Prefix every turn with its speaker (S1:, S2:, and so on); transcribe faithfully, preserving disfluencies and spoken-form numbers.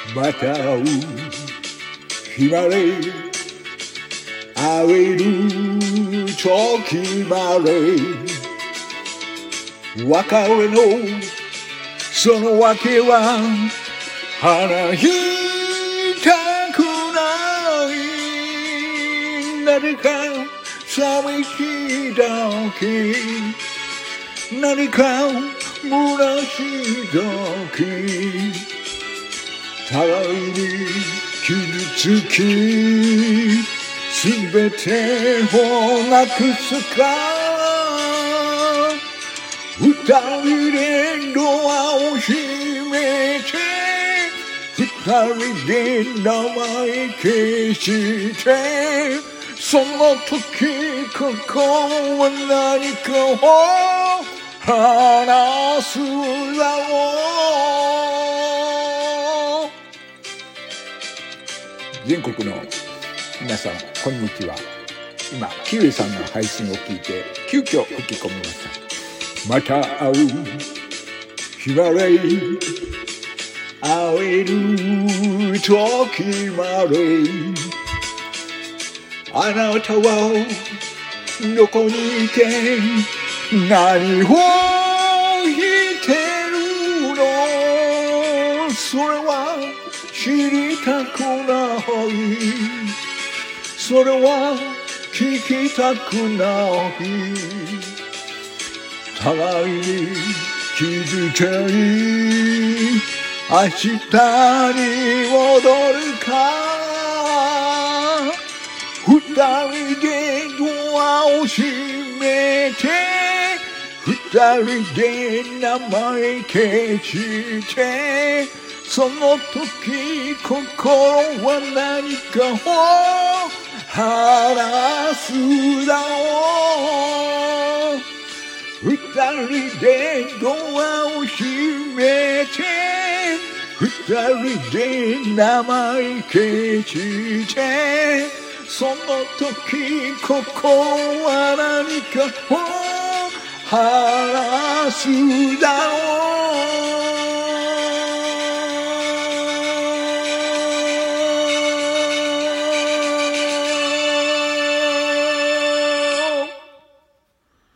S1: また会う日まで会える時まで別れのその訳は話したくない誰か寂しいだけ何か虚しいだけ互いに傷つきすべてをなくすか二人でドアを閉めて二人で名前消してその時ここは何かを話すだろう。全国の皆さんこんにちは。今キウイさんの配信を聞いて急遽吹き込みました。また会う日まで会える時まであなたはどこにいて何をしてるのそれは知りたくないそれは聞きたくない互いに気づけに明日に戻るか二人でドアを閉めて二人で名前消してその時心は何かを話すだろう二人でドアを閉めて二人で名前消してその時心は何かを話すだろう